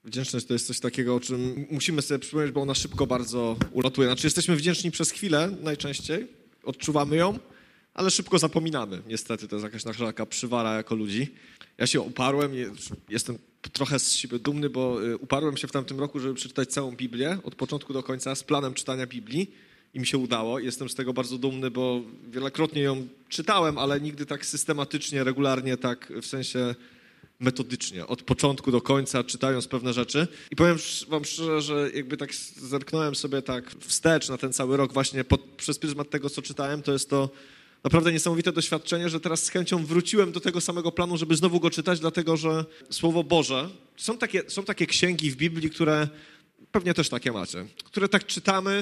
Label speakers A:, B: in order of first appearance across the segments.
A: Wdzięczność to jest coś takiego, o czym musimy sobie przypomnieć, bo ona szybko bardzo ulatuje. Znaczy jesteśmy wdzięczni przez chwilę najczęściej, odczuwamy ją, ale szybko zapominamy. Niestety to jest jakaś nasza taka przywara jako ludzi. Ja się uparłem, jestem trochę z siebie dumny, bo uparłem się w tamtym roku, żeby przeczytać całą Biblię od początku do końca z planem czytania Biblii i mi się udało. Jestem z tego bardzo dumny, bo wielokrotnie ją czytałem, ale nigdy tak systematycznie, regularnie, tak w sensie metodycznie, od początku do końca, czytając pewne rzeczy. I powiem wam szczerze, że jakby tak zerknąłem sobie tak wstecz na ten cały rok właśnie przez pryzmat tego, co czytałem, to jest to naprawdę niesamowite doświadczenie, że teraz z chęcią wróciłem do tego samego planu, żeby znowu go czytać, dlatego że Słowo Boże, są takie księgi w Biblii, które pewnie też takie macie, które tak czytamy,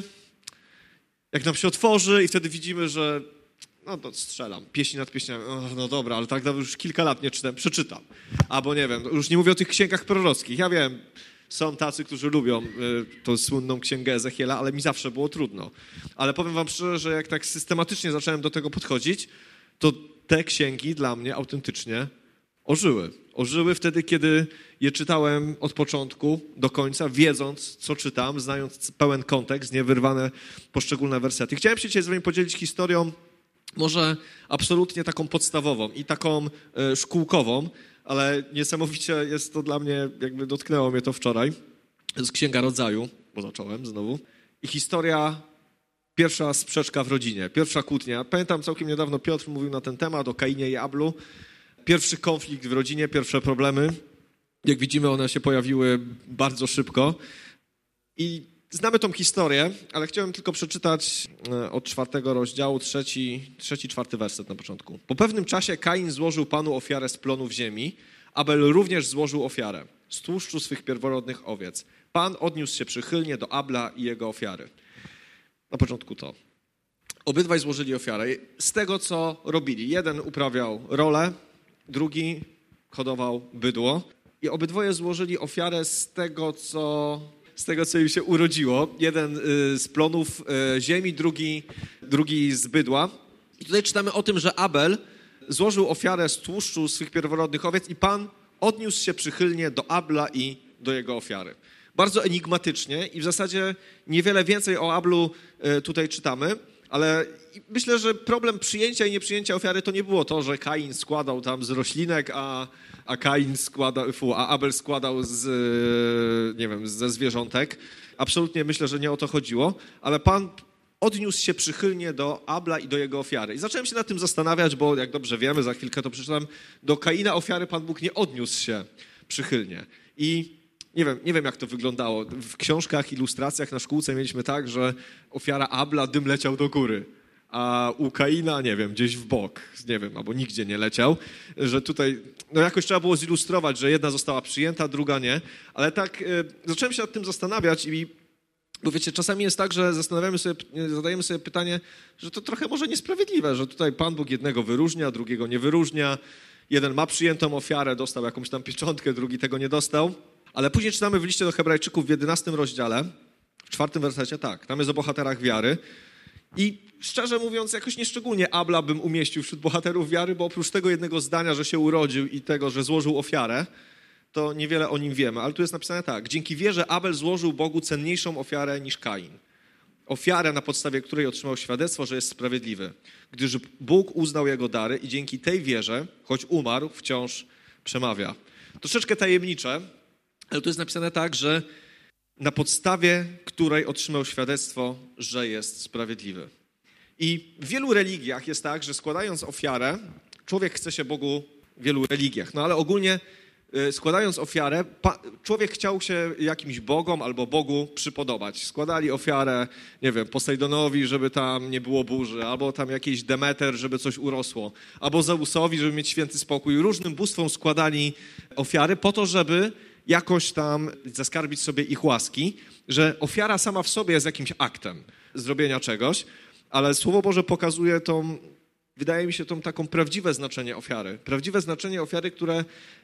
A: jak nam się otworzy i wtedy widzimy, że no to strzelam, pieśni nad pieśniami, no dobra, ale tak już kilka lat nie czytam, przeczytam. Albo nie wiem, już nie mówię o tych księgach prorockich, ja wiem, są tacy, którzy lubią tą słynną księgę Ezechiela, ale mi zawsze było trudno. Ale powiem wam szczerze, że jak tak systematycznie zacząłem do tego podchodzić, to te księgi dla mnie autentycznie ożyły. Ożyły wtedy, kiedy je czytałem od początku do końca, wiedząc, co czytam, znając pełen kontekst, niewyrwane poszczególne wersety. Chciałem się dzisiaj z wami podzielić historią, może absolutnie taką podstawową i taką szkółkową, ale niesamowicie jest to dla mnie, jakby dotknęło mnie to wczoraj. To jest Księga Rodzaju, bo zacząłem znowu. I historia, pierwsza sprzeczka w rodzinie, pierwsza kłótnia. Pamiętam całkiem niedawno Piotr mówił na ten temat o Kainie i Ablu. Pierwszy konflikt w rodzinie, pierwsze problemy. Jak widzimy, one się pojawiły bardzo szybko. I znamy tą historię, ale chciałem tylko przeczytać od 4 rozdziału, 3-4 werset na początku. Po pewnym czasie Kain złożył Panu ofiarę z plonów ziemi, Abel również złożył ofiarę z tłuszczu swych pierworodnych owiec. Pan odniósł się przychylnie do Abla i jego ofiary. Na początku to. Obydwaj złożyli ofiarę z tego, co robili. Jeden uprawiał rolę, drugi hodował bydło i obydwoje złożyli ofiarę z tego, co im się urodziło. Jeden z plonów ziemi, drugi z bydła. I tutaj czytamy o tym, że Abel złożył ofiarę z tłuszczu swych pierworodnych owiec i Pan odniósł się przychylnie do Abla i do jego ofiary. Bardzo enigmatycznie i w zasadzie niewiele więcej o Ablu tutaj czytamy, ale myślę, że problem przyjęcia i nieprzyjęcia ofiary to nie było to, że Kain składał tam z roślinek, a Abel składał ze zwierzątek. Absolutnie myślę, że nie o to chodziło, ale Pan odniósł się przychylnie do Abla i do jego ofiary. I zacząłem się nad tym zastanawiać, bo jak dobrze wiemy, za chwilkę to przeczytam, do Kaina ofiary Pan Bóg nie odniósł się przychylnie. I nie wiem, jak to wyglądało. W książkach, ilustracjach na szkółce mieliśmy tak, że ofiara Abla, dym leciał do góry, a u Kaina, nie wiem, gdzieś w bok, nie wiem, albo nigdzie nie leciał, że tutaj, no jakoś trzeba było zilustrować, że jedna została przyjęta, druga nie, ale tak zacząłem się nad tym zastanawiać bo wiecie, czasami jest tak, że zadajemy sobie pytanie, że to trochę może niesprawiedliwe, że tutaj Pan Bóg jednego wyróżnia, drugiego nie wyróżnia, jeden ma przyjętą ofiarę, dostał jakąś tam pieczątkę, drugi tego nie dostał. Ale później czytamy w liście do Hebrajczyków w 11 rozdziale, w 4 wersecie, tak, tam jest o bohaterach wiary. I szczerze mówiąc, jakoś nieszczególnie Abla bym umieścił wśród bohaterów wiary, bo oprócz tego jednego zdania, że się urodził i tego, że złożył ofiarę, to niewiele o nim wiemy. Ale tu jest napisane tak, dzięki wierze Abel złożył Bogu cenniejszą ofiarę niż Kain. Ofiarę, na podstawie której otrzymał świadectwo, że jest sprawiedliwy, gdyż Bóg uznał jego dary i dzięki tej wierze, choć umarł, wciąż przemawia. Troszeczkę tajemnicze, ale tu jest napisane tak, że na podstawie której otrzymał świadectwo, że jest sprawiedliwy. I w wielu religiach jest tak, że składając ofiarę, człowiek chce się Bogu w wielu religiach, no ale ogólnie składając ofiarę, człowiek chciał się jakimś bogom albo Bogu przypodobać. Składali ofiarę, nie wiem, Posejdonowi, żeby tam nie było burzy, albo tam jakiejś Demeter, żeby coś urosło, albo Zeusowi, żeby mieć święty spokój. Różnym bóstwom składali ofiary po to, żeby jakoś tam zaskarbić sobie ich łaski, że ofiara sama w sobie jest jakimś aktem zrobienia czegoś, ale Słowo Boże pokazuje wydaje mi się, taką prawdziwe znaczenie ofiary. Prawdziwe znaczenie ofiary, które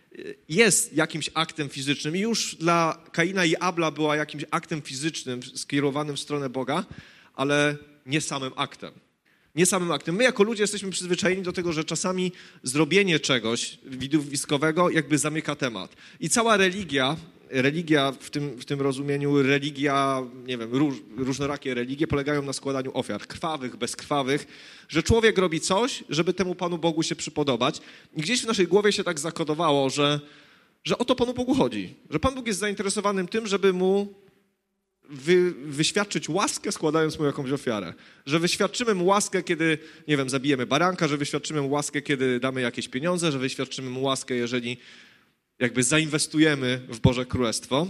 A: jest jakimś aktem fizycznym i już dla Kaina i Abla była jakimś aktem fizycznym skierowanym w stronę Boga, ale nie samym aktem. Nie samym aktem. My jako ludzie jesteśmy przyzwyczajeni do tego, że czasami zrobienie czegoś widowiskowego jakby zamyka temat. I cała religia religia w tym rozumieniu, religia, nie wiem, różnorakie religie polegają na składaniu ofiar, krwawych, bezkrwawych, że człowiek robi coś, żeby temu Panu Bogu się przypodobać. I gdzieś w naszej głowie się tak zakodowało, że o to Panu Bogu chodzi, że Pan Bóg jest zainteresowanym tym, żeby mu wyświadczyć łaskę, składając mu jakąś ofiarę. Że wyświadczymy mu łaskę, kiedy, nie wiem, zabijemy baranka, że wyświadczymy mu łaskę, kiedy damy jakieś pieniądze, że wyświadczymy mu łaskę, jeżeli jakby zainwestujemy w Boże Królestwo.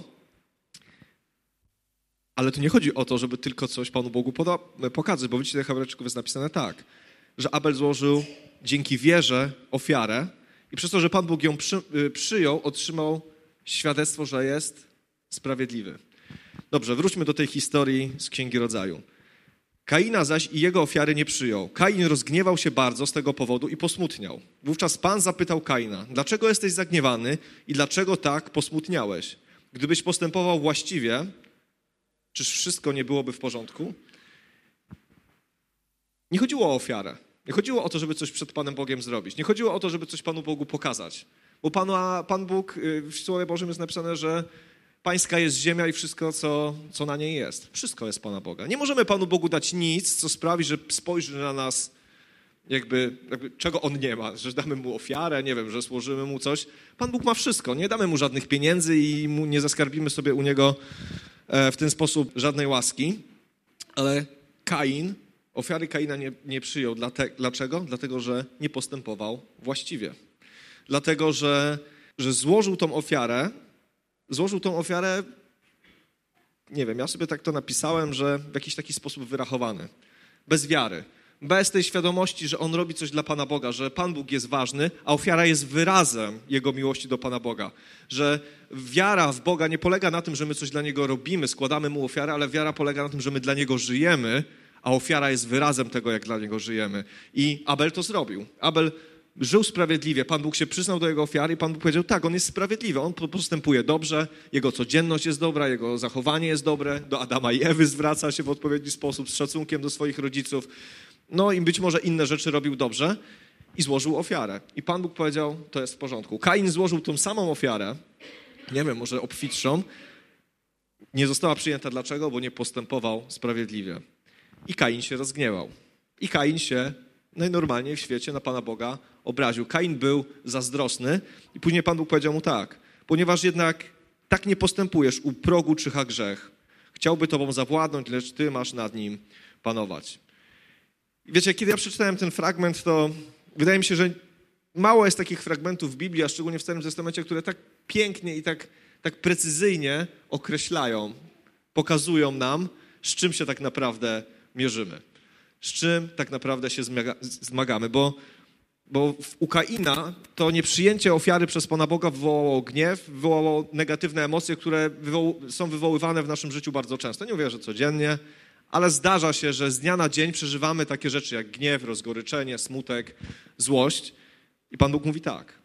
A: Ale tu nie chodzi o to, żeby tylko coś Panu Bogu pokazać, bo w liście do Hebrajczyków jest napisane tak, że Abel złożył dzięki wierze ofiarę i przez to, że Pan Bóg ją przyjął, otrzymał świadectwo, że jest sprawiedliwy. Dobrze, wróćmy do tej historii z Księgi Rodzaju. Kaina zaś i jego ofiary nie przyjął. Kain rozgniewał się bardzo z tego powodu i posmutniał. Wówczas Pan zapytał Kaina, dlaczego jesteś zagniewany i dlaczego tak posmutniałeś? Gdybyś postępował właściwie, czyż wszystko nie byłoby w porządku? Nie chodziło o ofiarę. Nie chodziło o to, żeby coś przed Panem Bogiem zrobić. Nie chodziło o to, żeby coś Panu Bogu pokazać. Bo Pan Bóg, w Słowie Bożym jest napisane, że Pańska jest ziemia i wszystko, co na niej jest. Wszystko jest Pana Boga. Nie możemy Panu Bogu dać nic, co sprawi, że spojrzy na nas jakby czego On nie ma. Że damy Mu ofiarę, nie wiem, że złożymy Mu coś. Pan Bóg ma wszystko. Nie damy Mu żadnych pieniędzy i nie zaskarbimy sobie u Niego w ten sposób żadnej łaski. Ale ofiary Kaina nie przyjął. Dlaczego? Dlatego, że nie postępował właściwie. Dlatego, że złożył tą ofiarę, nie wiem, ja sobie tak to napisałem, że w jakiś taki sposób wyrachowany. Bez wiary. Bez tej świadomości, że on robi coś dla Pana Boga, że Pan Bóg jest ważny, a ofiara jest wyrazem Jego miłości do Pana Boga. Że wiara w Boga nie polega na tym, że my coś dla Niego robimy, składamy Mu ofiarę, ale wiara polega na tym, że my dla Niego żyjemy, a ofiara jest wyrazem tego, jak dla Niego żyjemy. I Abel to zrobił. Abel żył sprawiedliwie. Pan Bóg się przyznał do jego ofiary i Pan Bóg powiedział, tak, on jest sprawiedliwy, on postępuje dobrze, jego codzienność jest dobra, jego zachowanie jest dobre, do Adama i Ewy zwraca się w odpowiedni sposób, z szacunkiem do swoich rodziców. No i być może inne rzeczy robił dobrze i złożył ofiarę. I Pan Bóg powiedział, to jest w porządku. Kain złożył tą samą ofiarę, nie wiem, może obfitszą, nie została przyjęta. Dlaczego? Bo nie postępował sprawiedliwie. I Kain się rozgniewał. I Kain się najnormalniej w świecie na Pana Boga obraził. Kain był zazdrosny i później Pan Bóg powiedział mu tak, ponieważ jednak tak nie postępujesz, u progu czyha grzech. Chciałby tobą zawładnąć, lecz ty masz nad nim panować. I wiecie, kiedy ja przeczytałem ten fragment, to wydaje mi się, że mało jest takich fragmentów w Biblii, a szczególnie w Starym Testamencie, które tak pięknie i tak precyzyjnie określają, pokazują nam, z czym się tak naprawdę mierzymy. Z czym tak naprawdę się zmagamy, bo u Kaina to nieprzyjęcie ofiary przez Pana Boga wywołało gniew, wywołało negatywne emocje, które są wywoływane w naszym życiu bardzo często. Nie mówię, że codziennie, ale zdarza się, że z dnia na dzień przeżywamy takie rzeczy jak gniew, rozgoryczenie, smutek, złość. I Pan Bóg mówi tak.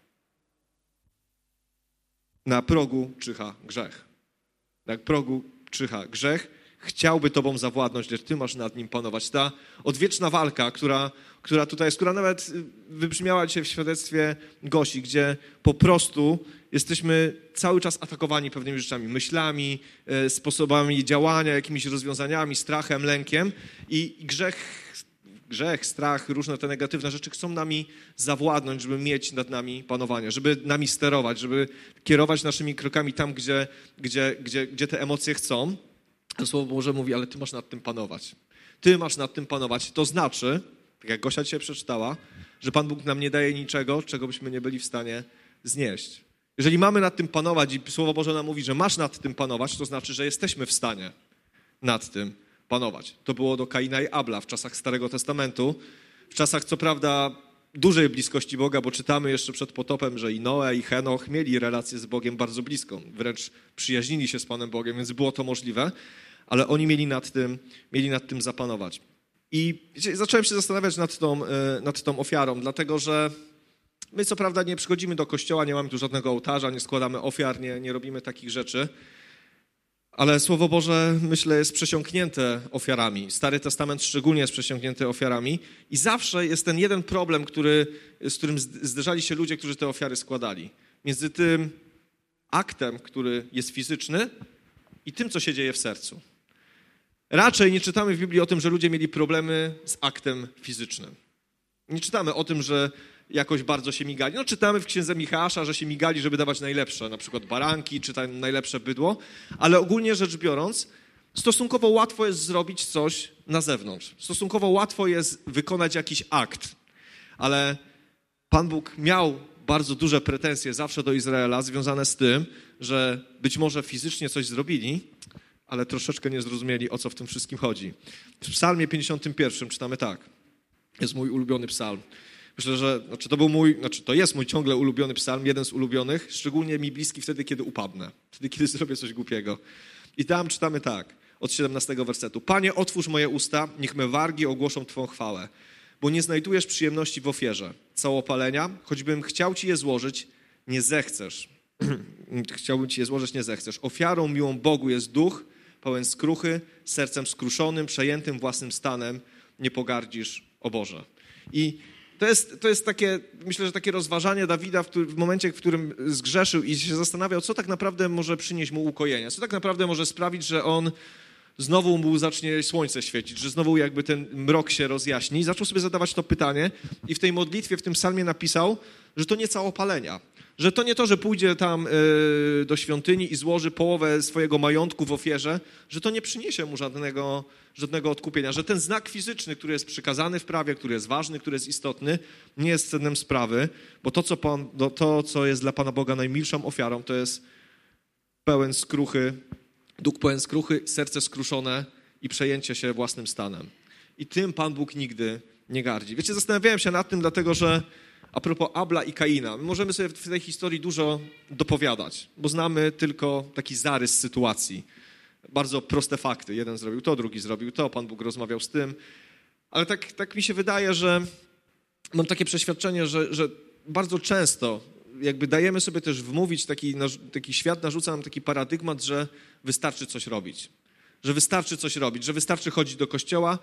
A: Na progu czyha grzech. Na progu czyha grzech. Chciałby tobą zawładnąć, lecz ty masz nad nim panować. Ta odwieczna walka, która tutaj jest, która nawet wybrzmiała dzisiaj w świadectwie Gosi, gdzie po prostu jesteśmy cały czas atakowani pewnymi rzeczami, myślami, sposobami działania, jakimiś rozwiązaniami, strachem, lękiem i grzech, strach, różne te negatywne rzeczy chcą nami zawładnąć, żeby mieć nad nami panowanie, żeby nami sterować, żeby kierować naszymi krokami tam, gdzie te emocje chcą. Słowo Boże mówi, ale ty masz nad tym panować. Ty masz nad tym panować. To znaczy, tak jak Gosia dzisiaj przeczytała, że Pan Bóg nam nie daje niczego, czego byśmy nie byli w stanie znieść. Jeżeli mamy nad tym panować i Słowo Boże nam mówi, że masz nad tym panować, to znaczy, że jesteśmy w stanie nad tym panować. To było do Kaina i Abla w czasach Starego Testamentu. W czasach, co prawda, dużej bliskości Boga, bo czytamy jeszcze przed potopem, że i Noe, i Henoch mieli relację z Bogiem bardzo bliską. Wręcz przyjaźnili się z Panem Bogiem, więc było to możliwe. Ale oni mieli nad tym zapanować. I zacząłem się zastanawiać nad tą ofiarą, dlatego że my co prawda nie przychodzimy do kościoła, nie mamy tu żadnego ołtarza, nie składamy ofiar, nie robimy takich rzeczy, ale Słowo Boże, myślę, jest przesiąknięte ofiarami. Stary Testament szczególnie jest przesiąknięty ofiarami i zawsze jest ten jeden problem, z którym zderzali się ludzie, którzy te ofiary składali. Między tym, aktem, który jest fizyczny i tym, co się dzieje w sercu. Raczej nie czytamy w Biblii o tym, że ludzie mieli problemy z aktem fizycznym. Nie czytamy o tym, że jakoś bardzo się migali. No czytamy w księdze Michała, że się migali, żeby dawać najlepsze, na przykład baranki, czy tam najlepsze bydło, ale ogólnie rzecz biorąc, stosunkowo łatwo jest zrobić coś na zewnątrz. Stosunkowo łatwo jest wykonać jakiś akt, ale Pan Bóg miał bardzo duże pretensje zawsze do Izraela związane z tym, że być może fizycznie coś zrobili, ale troszeczkę nie zrozumieli, o co w tym wszystkim chodzi. W psalmie 51 czytamy tak. Jest mój ulubiony psalm. Myślę, że to jest mój ciągle ulubiony psalm, jeden z ulubionych, szczególnie mi bliski wtedy, kiedy upadnę, wtedy, kiedy zrobię coś głupiego. I tam czytamy tak, od 17 wersetu. Panie, otwórz moje usta, niech me wargi ogłoszą Twą chwałę, bo nie znajdujesz przyjemności w ofierze. Całopalenia, choćbym chciał Ci je złożyć, nie zechcesz. Chciałbym Ci je złożyć, nie zechcesz. Ofiarą miłą Bogu jest duch, pełen skruchy, sercem skruszonym, przejętym własnym stanem, nie pogardzisz, o Boże. I to jest takie, myślę, że takie rozważanie Dawida w momencie, w którym zgrzeszył i się zastanawiał, co tak naprawdę może przynieść mu ukojenie, co tak naprawdę może sprawić, że on znowu mu zacznie słońce świecić, że znowu jakby ten mrok się rozjaśni. Zaczął sobie zadawać to pytanie i w tej modlitwie, w tym psalmie napisał, że to nie całopalenia. Że to nie to, że pójdzie tam do świątyni i złoży połowę swojego majątku w ofierze, że to nie przyniesie mu żadnego odkupienia, że ten znak fizyczny, który jest przykazany w prawie, który jest ważny, który jest istotny, nie jest sednem sprawy, bo to, co jest dla Pana Boga najmilszą ofiarą, to jest pełen skruchy, duch pełen skruchy, serce skruszone i przejęcie się własnym stanem. I tym Pan Bóg nigdy nie gardzi. Wiecie, zastanawiałem się nad tym, dlatego że a propos Abla i Kaina, my możemy sobie w tej historii dużo dopowiadać, bo znamy tylko taki zarys sytuacji. Bardzo proste fakty. Jeden zrobił to, drugi zrobił to, Pan Bóg rozmawiał z tym. Ale tak mi się wydaje, że mam takie przeświadczenie, że bardzo często jakby dajemy sobie też wmówić, taki świat narzuca nam taki paradygmat, że wystarczy coś robić. Że wystarczy chodzić do kościoła,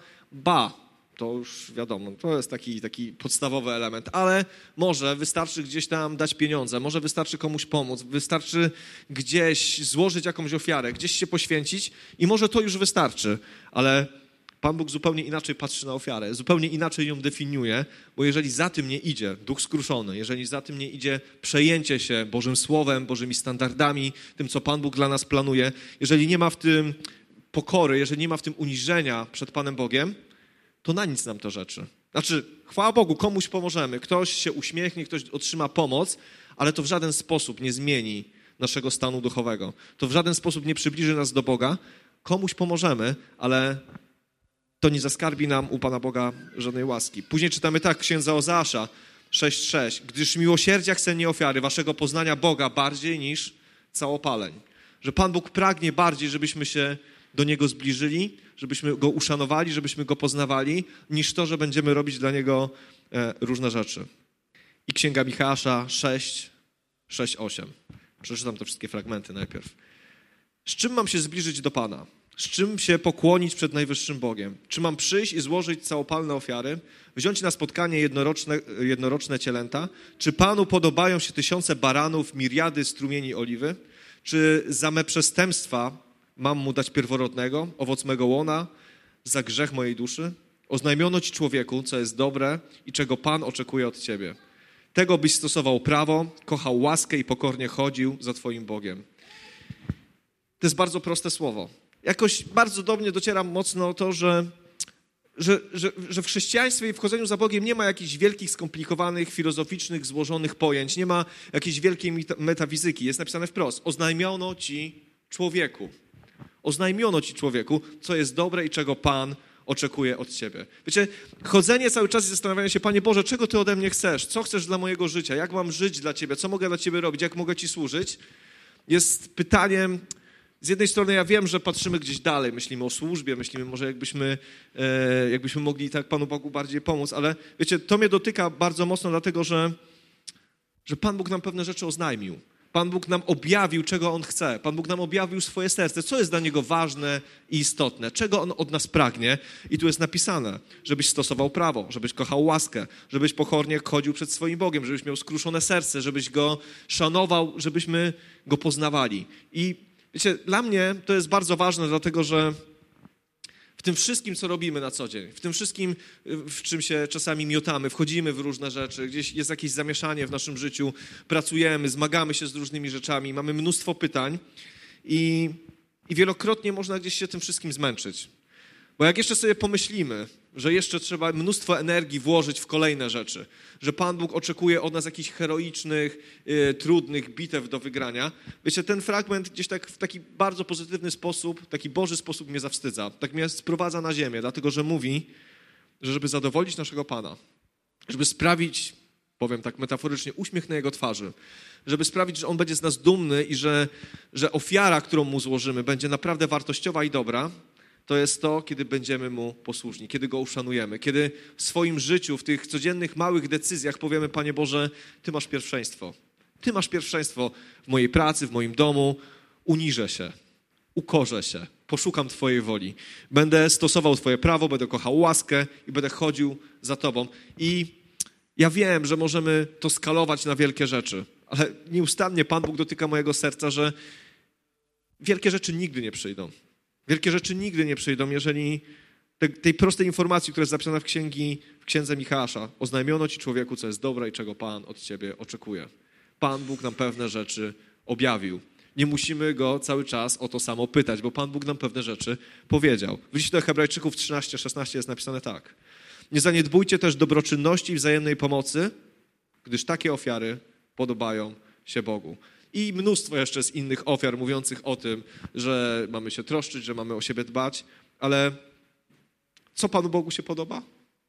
A: to już wiadomo, to jest taki podstawowy element, ale może wystarczy gdzieś tam dać pieniądze, może wystarczy komuś pomóc, wystarczy gdzieś złożyć jakąś ofiarę, gdzieś się poświęcić i może to już wystarczy, ale Pan Bóg zupełnie inaczej patrzy na ofiarę, zupełnie inaczej ją definiuje, bo jeżeli za tym nie idzie duch skruszony, jeżeli za tym nie idzie przejęcie się Bożym Słowem, Bożymi standardami, tym, co Pan Bóg dla nas planuje, jeżeli nie ma w tym pokory, jeżeli nie ma w tym uniżenia przed Panem Bogiem, to na nic nam te rzeczy. Znaczy, chwała Bogu, komuś pomożemy, ktoś się uśmiechnie, ktoś otrzyma pomoc, ale to w żaden sposób nie zmieni naszego stanu duchowego. To w żaden sposób nie przybliży nas do Boga. Komuś pomożemy, ale to nie zaskarbi nam u Pana Boga żadnej łaski. Później czytamy tak, księdza Ozeasza 6:6. Gdyż miłosierdzia chce nie ofiary, waszego poznania Boga bardziej niż całopaleń. Że Pan Bóg pragnie bardziej, żebyśmy się do Niego zbliżyli, żebyśmy Go uszanowali, żebyśmy Go poznawali, niż to, że będziemy robić dla Niego różne rzeczy. I księga Michała 6:8. Przeczytam te wszystkie fragmenty najpierw. Z czym mam się zbliżyć do Pana? Z czym się pokłonić przed najwyższym Bogiem? Czy mam przyjść i złożyć całopalne ofiary? Wziąć na spotkanie jednoroczne cielęta? Czy Panu podobają się tysiące baranów, miriady strumieni oliwy? Czy za me przestępstwa mam mu dać pierworodnego, owoc mego łona, za grzech mojej duszy? Oznajmiono ci, człowieku, co jest dobre i czego Pan oczekuje od ciebie. Tego byś stosował prawo, kochał łaskę i pokornie chodził za twoim Bogiem. To jest bardzo proste słowo. Jakoś bardzo do mnie dociera mocno to, że w chrześcijaństwie i w chodzeniu za Bogiem nie ma jakichś wielkich, skomplikowanych, filozoficznych, złożonych pojęć, nie ma jakiejś wielkiej metafizyki. Jest napisane wprost. Oznajmiono ci, człowieku. Oznajmiono ci, człowieku, co jest dobre i czego Pan oczekuje od ciebie. Wiecie, chodzenie cały czas i zastanawianie się, Panie Boże, czego Ty ode mnie chcesz? Co chcesz dla mojego życia? Jak mam żyć dla Ciebie? Co mogę dla Ciebie robić? Jak mogę Ci służyć? Jest pytaniem, z jednej strony ja wiem, że patrzymy gdzieś dalej, myślimy o służbie, myślimy może jakbyśmy mogli tak Panu Bogu bardziej pomóc, ale wiecie, to mnie dotyka bardzo mocno, dlatego że Pan Bóg nam pewne rzeczy oznajmił. Pan Bóg nam objawił, czego On chce. Pan Bóg nam objawił swoje serce, co jest dla Niego ważne i istotne, czego On od nas pragnie. I tu jest napisane, żebyś stosował prawo, żebyś kochał łaskę, żebyś pokornie chodził przed swoim Bogiem, żebyś miał skruszone serce, żebyś Go szanował, żebyśmy Go poznawali. I wiecie, dla mnie to jest bardzo ważne, dlatego że w tym wszystkim, co robimy na co dzień, w tym wszystkim, w czym się czasami miotamy, wchodzimy w różne rzeczy, gdzieś jest jakieś zamieszanie w naszym życiu, pracujemy, zmagamy się z różnymi rzeczami, mamy mnóstwo pytań i wielokrotnie można gdzieś się tym wszystkim zmęczyć. Bo jak jeszcze sobie pomyślimy, że jeszcze trzeba mnóstwo energii włożyć w kolejne rzeczy, że Pan Bóg oczekuje od nas jakichś heroicznych, trudnych bitew do wygrania, wiecie, ten fragment gdzieś tak w taki bardzo pozytywny sposób, taki Boży sposób mnie zawstydza, tak mnie sprowadza na ziemię, dlatego że mówi, że żeby zadowolić naszego Pana, żeby sprawić, powiem tak metaforycznie, uśmiech na Jego twarzy, żeby sprawić, że On będzie z nas dumny i że ofiara, którą Mu złożymy, będzie naprawdę wartościowa i dobra, to jest to, kiedy będziemy Mu posłuszni, kiedy Go uszanujemy, kiedy w swoim życiu, w tych codziennych małych decyzjach powiemy, Panie Boże, Ty masz pierwszeństwo. Ty masz pierwszeństwo w mojej pracy, w moim domu. Uniżę się, ukorzę się, poszukam Twojej woli. Będę stosował Twoje prawo, będę kochał łaskę i będę chodził za Tobą. I ja wiem, że możemy to skalować na wielkie rzeczy, ale nieustannie Pan Bóg dotyka mojego serca, że wielkie rzeczy nigdy nie przyjdą. Wielkie rzeczy nigdy nie przyjdą, jeżeli tej prostej informacji, która jest zapisana w księdze Michała, oznajmiono ci człowieku, co jest dobre i czego Pan od ciebie oczekuje. Pan Bóg nam pewne rzeczy objawił. Nie musimy Go cały czas o to samo pytać, bo Pan Bóg nam pewne rzeczy powiedział. W liście do Hebrajczyków 13:16 jest napisane tak. Nie zaniedbujcie też dobroczynności i wzajemnej pomocy, gdyż takie ofiary podobają się Bogu. I mnóstwo jeszcze z innych ofiar mówiących o tym, że mamy się troszczyć, że mamy o siebie dbać, ale co Panu Bogu się podoba?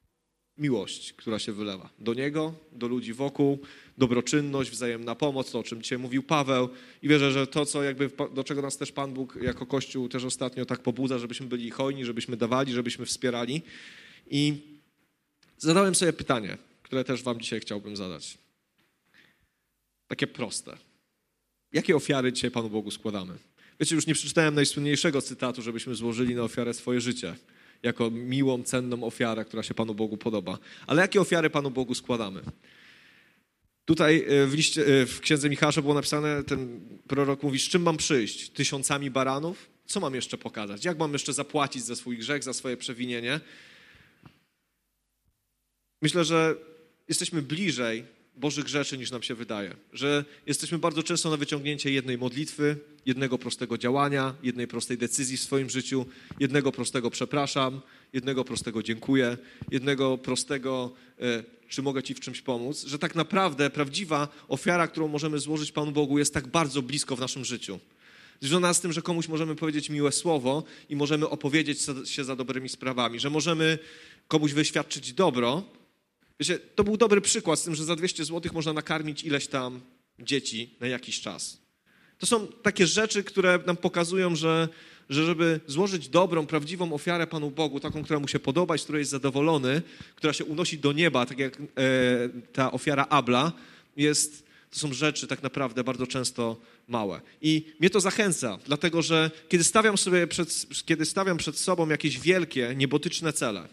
A: Miłość, która się wylewa do Niego, do ludzi wokół, dobroczynność, wzajemna pomoc, to o czym dzisiaj mówił Paweł i wierzę, że to, co jakby do czego nas też Pan Bóg jako Kościół też ostatnio tak pobudza, żebyśmy byli hojni, żebyśmy dawali, żebyśmy wspierali. I zadałem sobie pytanie, które też wam dzisiaj chciałbym zadać. Takie proste. Jakie ofiary dzisiaj Panu Bogu składamy? Wiecie, już nie przeczytałem najsłynniejszego cytatu, żebyśmy złożyli na ofiarę swoje życie, jako miłą, cenną ofiarę, która się Panu Bogu podoba. Ale jakie ofiary Panu Bogu składamy? Tutaj w księdze Michała było napisane, ten prorok mówi, z czym mam przyjść? 1000 baranów? Co mam jeszcze pokazać? Jak mam jeszcze zapłacić za swój grzech, za swoje przewinienie? Myślę, że jesteśmy bliżej Bożych rzeczy niż nam się wydaje. Że jesteśmy bardzo często na wyciągnięcie jednej modlitwy, jednego prostego działania, jednej prostej decyzji w swoim życiu, jednego prostego przepraszam, jednego prostego dziękuję, jednego prostego czy mogę Ci w czymś pomóc, że tak naprawdę prawdziwa ofiara, którą możemy złożyć Panu Bogu jest tak bardzo blisko w naszym życiu. Związana z tym, że komuś możemy powiedzieć miłe słowo i możemy opowiedzieć się za dobrymi sprawami, że możemy komuś wyświadczyć dobro. Wiecie, to był dobry przykład z tym, że za 200 zł można nakarmić ileś tam dzieci na jakiś czas. To są takie rzeczy, które nam pokazują, że żeby złożyć dobrą, prawdziwą ofiarę Panu Bogu, taką, która Mu się podoba i z której jest zadowolony, która się unosi do nieba, tak jak ta ofiara Abla, to są rzeczy tak naprawdę bardzo często małe. I mnie to zachęca, dlatego że kiedy stawiam przed sobą jakieś wielkie, niebotyczne cele,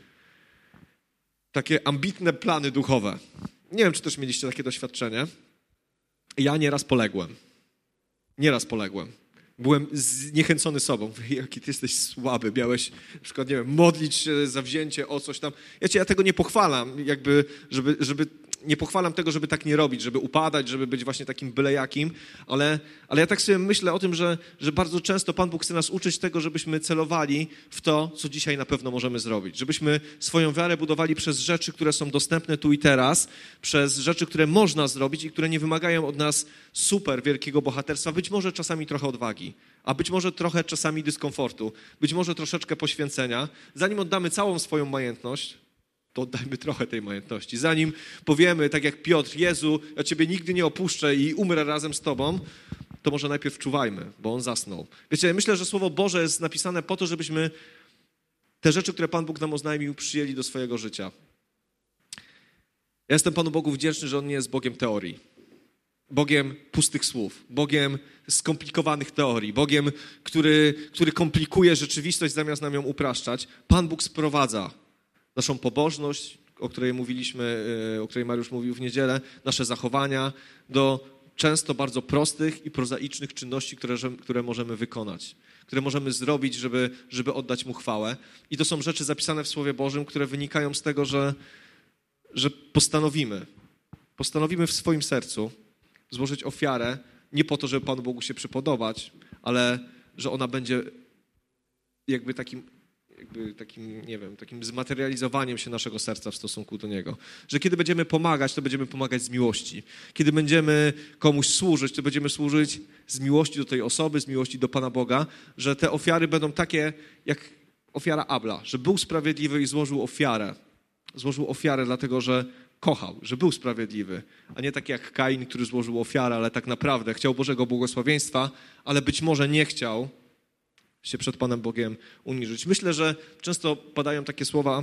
A: takie ambitne plany duchowe. Nie wiem, czy też mieliście takie doświadczenie. Ja nieraz poległem. Byłem zniechęcony sobą. Jaki ty jesteś słaby. Miałeś na przykład, nie wiem, modlić się za wzięcie o coś tam. Ja tego nie pochwalam, jakby, żeby nie pochwalam tego, żeby tak nie robić, żeby upadać, żeby być właśnie takim byle jakim, ale ja tak sobie myślę o tym, że bardzo często Pan Bóg chce nas uczyć tego, żebyśmy celowali w to, co dzisiaj na pewno możemy zrobić. Żebyśmy swoją wiarę budowali przez rzeczy, które są dostępne tu i teraz, przez rzeczy, które można zrobić i które nie wymagają od nas super wielkiego bohaterstwa, być może czasami trochę odwagi, a być może trochę czasami dyskomfortu, być może troszeczkę poświęcenia. Zanim oddamy całą swoją majętność, to oddajmy trochę tej majętności. Zanim powiemy, tak jak Piotr, Jezu, ja Ciebie nigdy nie opuszczę i umrę razem z Tobą, to może najpierw czuwajmy, bo On zasnął. Wiecie, myślę, że Słowo Boże jest napisane po to, żebyśmy te rzeczy, które Pan Bóg nam oznajmił, przyjęli do swojego życia. Ja jestem Panu Bogu wdzięczny, że On nie jest Bogiem teorii. Bogiem pustych słów, Bogiem skomplikowanych teorii, Bogiem, który komplikuje rzeczywistość zamiast nam ją upraszczać. Pan Bóg sprowadza naszą pobożność, o której mówiliśmy, o której Mariusz mówił w niedzielę, nasze zachowania do często bardzo prostych i prozaicznych czynności, które możemy wykonać, które możemy zrobić, żeby oddać Mu chwałę. I to są rzeczy zapisane w Słowie Bożym, które wynikają z tego, że postanowimy w swoim sercu złożyć ofiarę nie po to, żeby Panu Bogu się przypodobać, ale że ona będzie jakby takim, nie wiem, takim zmaterializowaniem się naszego serca w stosunku do Niego. Że kiedy będziemy pomagać, to będziemy pomagać z miłości. Kiedy będziemy komuś służyć, to będziemy służyć z miłości do tej osoby, z miłości do Pana Boga, że te ofiary będą takie jak ofiara Abla, że był sprawiedliwy i złożył ofiarę. Złożył ofiarę dlatego, że kochał, że był sprawiedliwy, a nie tak jak Kain, który złożył ofiarę, ale tak naprawdę chciał Bożego błogosławieństwa, ale być może nie chciał się przed Panem Bogiem uniżyć. Myślę, że często padają takie słowa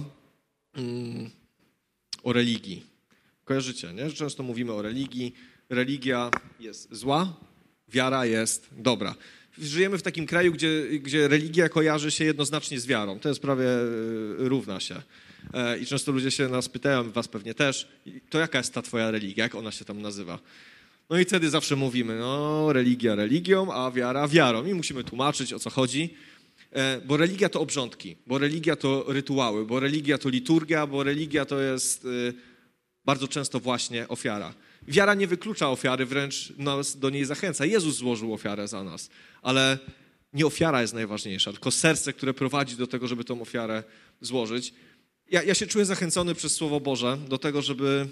A: o religii. Kojarzycie, nie? Że często mówimy o religii. Religia jest zła, wiara jest dobra. Żyjemy w takim kraju, gdzie religia kojarzy się jednoznacznie z wiarą. To jest prawie równa się. I często ludzie się nas pytają, was pewnie też, to jaka jest ta twoja religia, jak ona się tam nazywa? No i wtedy zawsze mówimy, no religia religią, a wiara wiarą. I musimy tłumaczyć, o co chodzi, bo religia to obrządki, bo religia to rytuały, bo religia to liturgia, bo religia to jest bardzo często właśnie ofiara. Wiara nie wyklucza ofiary, wręcz nas do niej zachęca. Jezus złożył ofiarę za nas, ale nie ofiara jest najważniejsza, tylko serce, które prowadzi do tego, żeby tą ofiarę złożyć. Ja się czuję zachęcony przez Słowo Boże do tego, żeby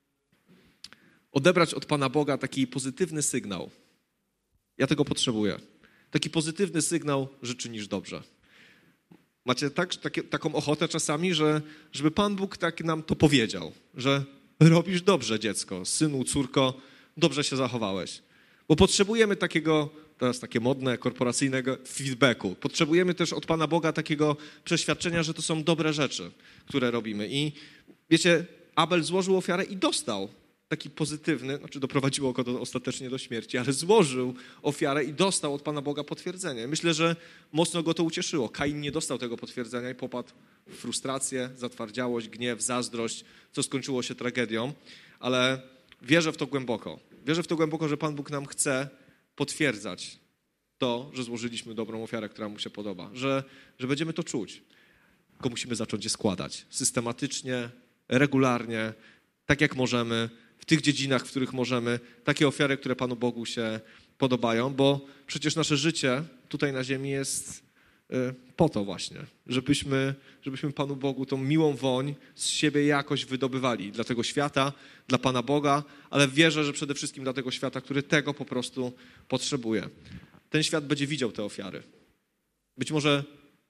A: odebrać od Pana Boga taki pozytywny sygnał. Ja tego potrzebuję. Taki pozytywny sygnał, że czynisz dobrze. Macie taką ochotę czasami, żeby Pan Bóg tak nam to powiedział, że robisz dobrze, dziecko, synu, córko, dobrze się zachowałeś. Bo potrzebujemy takiego, teraz takie modne, korporacyjnego feedbacku. Potrzebujemy też od Pana Boga takiego przeświadczenia, że to są dobre rzeczy, które robimy. I wiecie, Abel złożył ofiarę i dostał taki pozytywny, znaczy doprowadziło go ostatecznie do śmierci, ale złożył ofiarę i dostał od Pana Boga potwierdzenie. Myślę, że mocno go to ucieszyło. Kain nie dostał tego potwierdzenia i popadł w frustrację, zatwardziałość, gniew, zazdrość, co skończyło się tragedią, ale wierzę w to głęboko. Wierzę w to głęboko, że Pan Bóg nam chce potwierdzać to, że złożyliśmy dobrą ofiarę, która Mu się podoba, że będziemy to czuć. Tylko musimy zacząć je składać systematycznie, regularnie, tak jak możemy, w tych dziedzinach, w których możemy, takie ofiary, które Panu Bogu się podobają, bo przecież nasze życie tutaj na ziemi jest po to właśnie, żebyśmy Panu Bogu tą miłą woń z siebie jakoś wydobywali dla tego świata, dla Pana Boga, ale wierzę, że przede wszystkim dla tego świata, który tego po prostu potrzebuje. Ten świat będzie widział te ofiary. Być może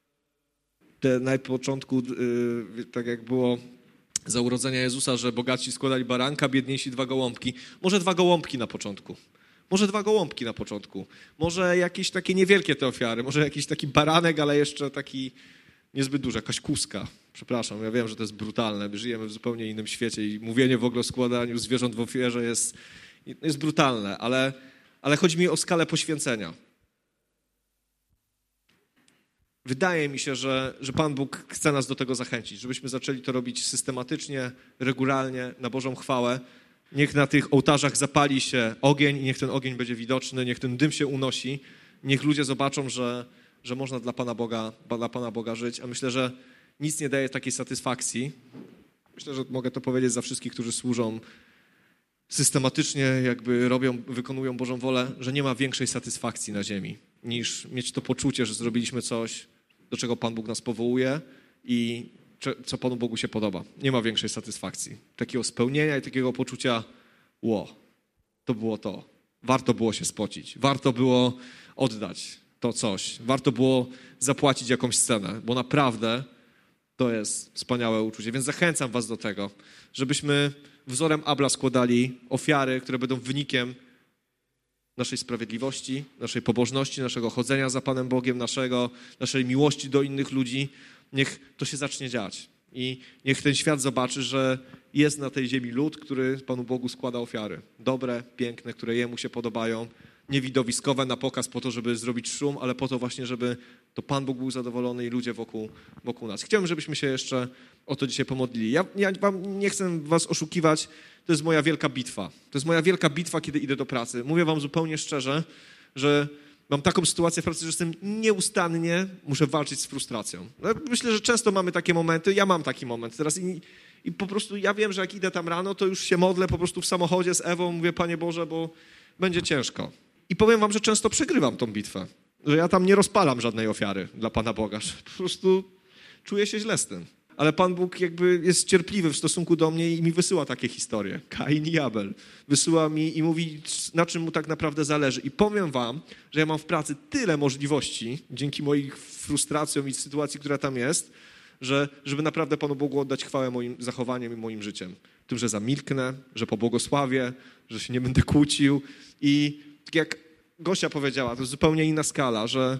A: na początku, tak jak było za urodzenia Jezusa, że bogaci składali baranka, biedniejsi 2 gołąbki. Może 2 gołąbki na początku. Może 2 gołąbki na początku. Może jakieś takie niewielkie te ofiary. Może jakiś taki baranek, ale jeszcze taki niezbyt duży. Jakaś kuska. Przepraszam, ja wiem, że to jest brutalne. My żyjemy w zupełnie innym świecie i mówienie w ogóle o składaniu zwierząt w ofierze jest brutalne, ale chodzi mi o skalę poświęcenia. Wydaje mi się, że Pan Bóg chce nas do tego zachęcić, żebyśmy zaczęli to robić systematycznie, regularnie, na Bożą chwałę. Niech na tych ołtarzach zapali się ogień i niech ten ogień będzie widoczny, niech ten dym się unosi. Niech ludzie zobaczą, że można dla Pana Boga żyć. A myślę, że nic nie daje takiej satysfakcji. Myślę, że mogę to powiedzieć za wszystkich, którzy służą systematycznie, jakby wykonują Bożą wolę, że nie ma większej satysfakcji na ziemi, niż mieć to poczucie, że zrobiliśmy coś, do czego Pan Bóg nas powołuje i co Panu Bogu się podoba. Nie ma większej satysfakcji. Takiego spełnienia i takiego poczucia, to było to. Warto było się spocić. Warto było oddać to coś. Warto było zapłacić jakąś cenę, bo naprawdę to jest wspaniałe uczucie. Więc zachęcam was do tego, żebyśmy wzorem Abla składali ofiary, które będą wynikiem naszej sprawiedliwości, naszej pobożności, naszego chodzenia za Panem Bogiem, naszej miłości do innych ludzi. Niech to się zacznie dziać. I niech ten świat zobaczy, że jest na tej ziemi lud, który Panu Bogu składa ofiary. Dobre, piękne, które Jemu się podobają. Niewidowiskowe na pokaz po to, żeby zrobić szum, ale po to właśnie, żeby to Pan Bóg był zadowolony i ludzie wokół nas. Chciałbym, żebyśmy się jeszcze o to dzisiaj pomodlili. Ja nie chcę was oszukiwać, to jest moja wielka bitwa. To jest moja wielka bitwa, kiedy idę do pracy. Mówię wam zupełnie szczerze, że mam taką sytuację w pracy, że jestem nieustannie, muszę walczyć z frustracją. No, myślę, że często mamy takie momenty, ja mam taki moment teraz i po prostu ja wiem, że jak idę tam rano, to już się modlę po prostu w samochodzie z Ewą, mówię, Panie Boże, bo będzie ciężko. I powiem wam, że często przegrywam tą bitwę, że ja tam nie rozpalam żadnej ofiary dla Pana Boga, że po prostu czuję się źle z tym. Ale Pan Bóg jakby jest cierpliwy w stosunku do mnie i mi wysyła takie historie. Kain i Abel. Wysyła mi i mówi, na czym mu tak naprawdę zależy. I powiem wam, że ja mam w pracy tyle możliwości, dzięki moim frustracjom i sytuacji, która tam jest, żeby naprawdę Panu Bogu oddać chwałę moim zachowaniem i moim życiem. Tym, że zamilknę, że pobłogosławię, że się nie będę kłócił. I tak jak Gosia powiedziała, to jest zupełnie inna skala, że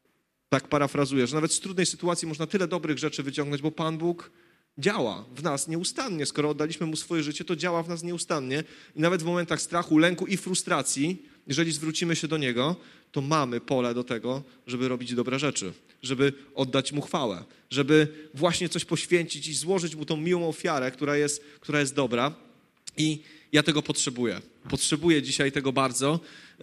A: tak parafrazuję, że nawet z trudnej sytuacji można tyle dobrych rzeczy wyciągnąć, bo Pan Bóg działa w nas nieustannie. Skoro oddaliśmy Mu swoje życie, to działa w nas nieustannie. I nawet w momentach strachu, lęku i frustracji, jeżeli zwrócimy się do Niego, to mamy pole do tego, żeby robić dobre rzeczy, żeby oddać Mu chwałę, żeby właśnie coś poświęcić i złożyć Mu tą miłą ofiarę, która jest dobra. I ja tego potrzebuję. Potrzebuję dzisiaj tego bardzo,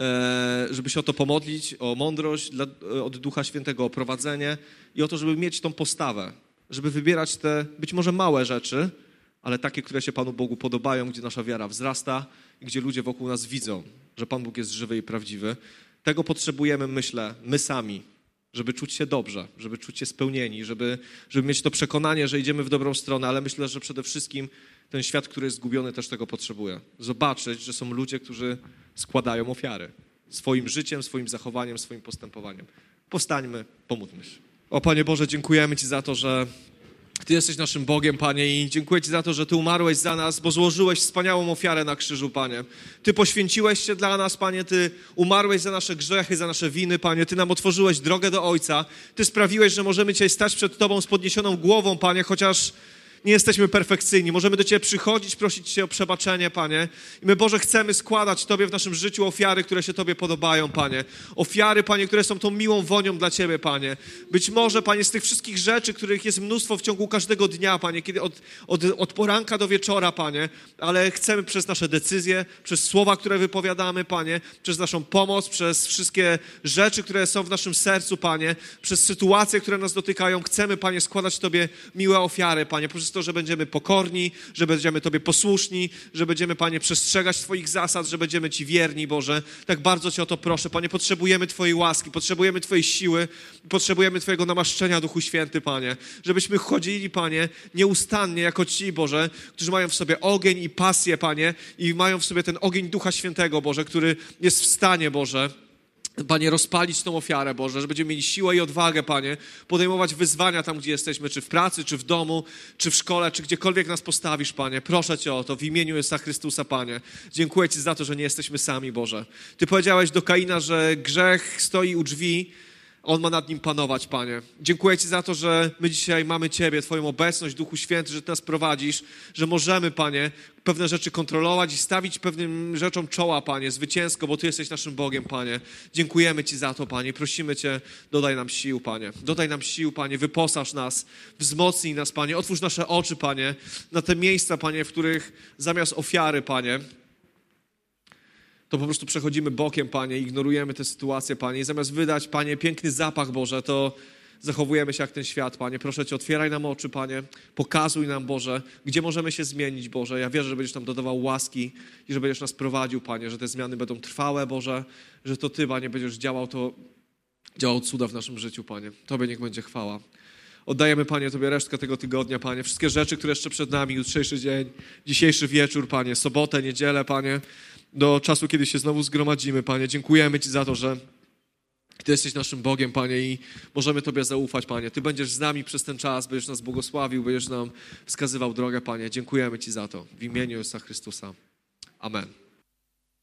A: żeby się o to pomodlić, o mądrość od Ducha Świętego, o prowadzenie i o to, żeby mieć tą postawę, żeby wybierać te być może małe rzeczy, ale takie, które się Panu Bogu podobają, gdzie nasza wiara wzrasta i gdzie ludzie wokół nas widzą, że Pan Bóg jest żywy i prawdziwy. Tego potrzebujemy, myślę, my sami, żeby czuć się dobrze, żeby czuć się spełnieni, żeby mieć to przekonanie, że idziemy w dobrą stronę, ale myślę, że przede wszystkim ten świat, który jest zgubiony, też tego potrzebuje. Zobaczyć, że są ludzie, którzy składają ofiary swoim życiem, swoim zachowaniem, swoim postępowaniem. Powstańmy, pomódlmy się. O Panie Boże, dziękujemy Ci za to, że Ty jesteś naszym Bogiem, Panie, i dziękuję Ci za to, że Ty umarłeś za nas, bo złożyłeś wspaniałą ofiarę na krzyżu, Panie. Ty poświęciłeś się dla nas, Panie, Ty umarłeś za nasze grzechy, za nasze winy, Panie. Ty nam otworzyłeś drogę do Ojca. Ty sprawiłeś, że możemy dzisiaj stać przed Tobą z podniesioną głową, Panie, chociaż nie jesteśmy perfekcyjni. Możemy do Ciebie przychodzić, prosić Cię o przebaczenie, Panie. I my, Boże, chcemy składać Tobie w naszym życiu ofiary, które się Tobie podobają, Panie. Ofiary, Panie, które są tą miłą wonią dla Ciebie, Panie. Być może, Panie, z tych wszystkich rzeczy, których jest mnóstwo w ciągu każdego dnia, Panie, kiedy od poranka do wieczora, Panie, ale chcemy przez nasze decyzje, przez słowa, które wypowiadamy, Panie, przez naszą pomoc, przez wszystkie rzeczy, które są w naszym sercu, Panie, przez sytuacje, które nas dotykają, chcemy, Panie, składać Tobie miłe ofiary, Panie, przez to, że będziemy pokorni, że będziemy Tobie posłuszni, że będziemy, Panie, przestrzegać Twoich zasad, że będziemy Ci wierni, Boże. Tak bardzo Cię o to proszę, Panie, potrzebujemy Twojej łaski, potrzebujemy Twojej siły, potrzebujemy Twojego namaszczenia, Duchu Święty, Panie. Żebyśmy chodzili, Panie, nieustannie jako Ci, Boże, którzy mają w sobie ogień i pasję, Panie, i mają w sobie ten ogień Ducha Świętego, Boże, który jest w stanie, Boże, Panie, rozpalić tą ofiarę, Boże, że będziemy mieli siłę i odwagę, Panie, podejmować wyzwania tam, gdzie jesteśmy, czy w pracy, czy w domu, czy w szkole, czy gdziekolwiek nas postawisz, Panie. Proszę Cię o to w imieniu Jezusa Chrystusa, Panie. Dziękuję Ci za to, że nie jesteśmy sami, Boże. Ty powiedziałeś do Kaina, że grzech stoi u drzwi, on ma nad nim panować, Panie. Dziękuję Ci za to, że my dzisiaj mamy Ciebie, Twoją obecność, Duchu Święty, że Ty nas prowadzisz, że możemy, Panie, pewne rzeczy kontrolować i stawić pewnym rzeczom czoła, Panie, zwycięsko, bo Ty jesteś naszym Bogiem, Panie. Dziękujemy Ci za to, Panie. Prosimy Cię, dodaj nam sił, Panie. Dodaj nam sił, Panie, wyposaż nas, wzmocnij nas, Panie. Otwórz nasze oczy, Panie, na te miejsca, Panie, w których zamiast ofiary, Panie, to po prostu przechodzimy bokiem, Panie, ignorujemy tę sytuację, Panie. I zamiast wydać, Panie, piękny zapach, Boże, to zachowujemy się jak ten świat, Panie. Proszę Cię, otwieraj nam oczy, Panie. Pokazuj nam, Boże, gdzie możemy się zmienić, Boże. Ja wierzę, że będziesz nam dodawał łaski i że będziesz nas prowadził, Panie, że te zmiany będą trwałe, Boże, że to Ty, Panie, będziesz działał cuda w naszym życiu, Panie. Tobie niech będzie chwała. Oddajemy, Panie, Tobie resztkę tego tygodnia, Panie. Wszystkie rzeczy, które jeszcze przed nami, jutrzejszy dzień, dzisiejszy wieczór, Panie, sobotę, niedzielę, Panie, do czasu, kiedy się znowu zgromadzimy, Panie. Dziękujemy Ci za to, że Ty jesteś naszym Bogiem, Panie, i możemy Tobie zaufać, Panie. Ty będziesz z nami przez ten czas, będziesz nas błogosławił, będziesz nam wskazywał drogę, Panie. Dziękujemy Ci za to. W imieniu Jezusa Chrystusa. Amen.